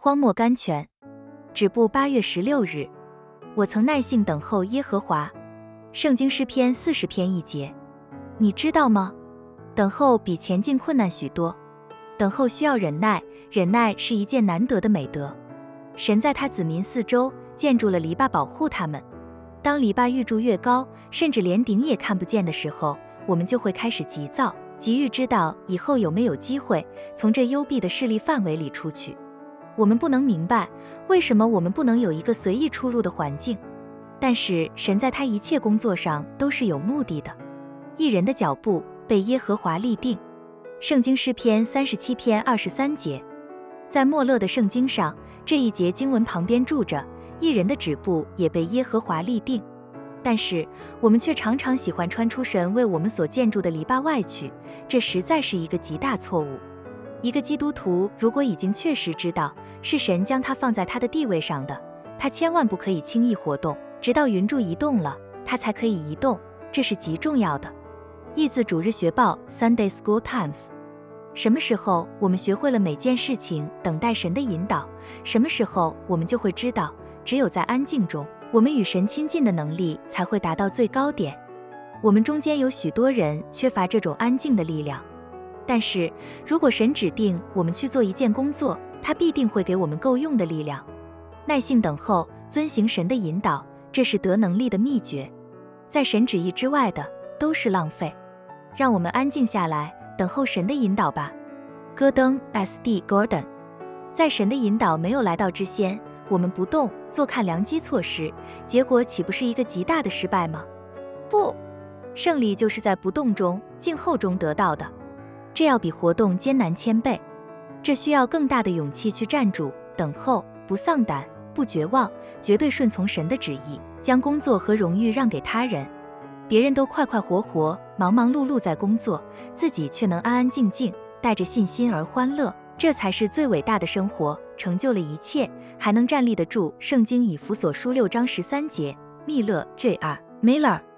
荒漠甘泉。止步8月16日，我曾耐性等候耶和华。圣经诗篇40篇1节。你知道吗？等候比前进困难许多。等候需要忍耐，忍耐是一件难得的美德。神在他子民四周建筑了篱笆保护他们。当篱笆愈筑越高，甚至连顶也看不见的时候，我们就会开始急躁，急于知道以后有没有机会从这幽闭的势力范围里出去。我们不能明白为什么我们不能有一个随意出入的环境，但是神在他一切工作上都是有目的的。义人的脚步被耶和华立定。圣经诗篇37篇23节。在莫勒的圣经上，这一节经文旁边注着义人的止步也被耶和华立定。但是我们却常常喜欢穿出神为我们所建筑的篱笆外去，这实在是一个极大错误。一个基督徒如果已经确实知道是神将他放在他的地位上的，他千万不可以轻易活动，直到云柱移动了，他才可以移动，这是极重要的。译自主日学报 Sunday School Times。什么时候我们学会了每件事情等待神的引导，什么时候我们就会知道，只有在安静中，我们与神亲近的能力才会达到最高点。我们中间有许多人缺乏这种安静的力量，但是如果神指定我们去做一件工作，他必定会给我们够用的力量。耐性等候，遵行神的引导，这是得能力的秘诀。在神旨意之外的都是浪费。让我们安静下来，等候神的引导吧。戈登 S.D. Gordon。 在神的引导没有来到之前，我们不动，坐看良机错失，结果岂不是一个极大的失败吗？不，胜利就是在不动中、静候中得到的。这要比活动艰难1000倍。这需要更大的勇气去站住，等候，不丧胆，不绝望，绝对顺从神的旨意，将工作和荣誉让给他人。别人都快快活活、忙忙碌碌在工作，自己却能安安静静，带着信心而欢乐，这才是最伟大的生活，成就了一切，还能站立得住。圣经以弗所书6章13节。密勒 J.R. Miller。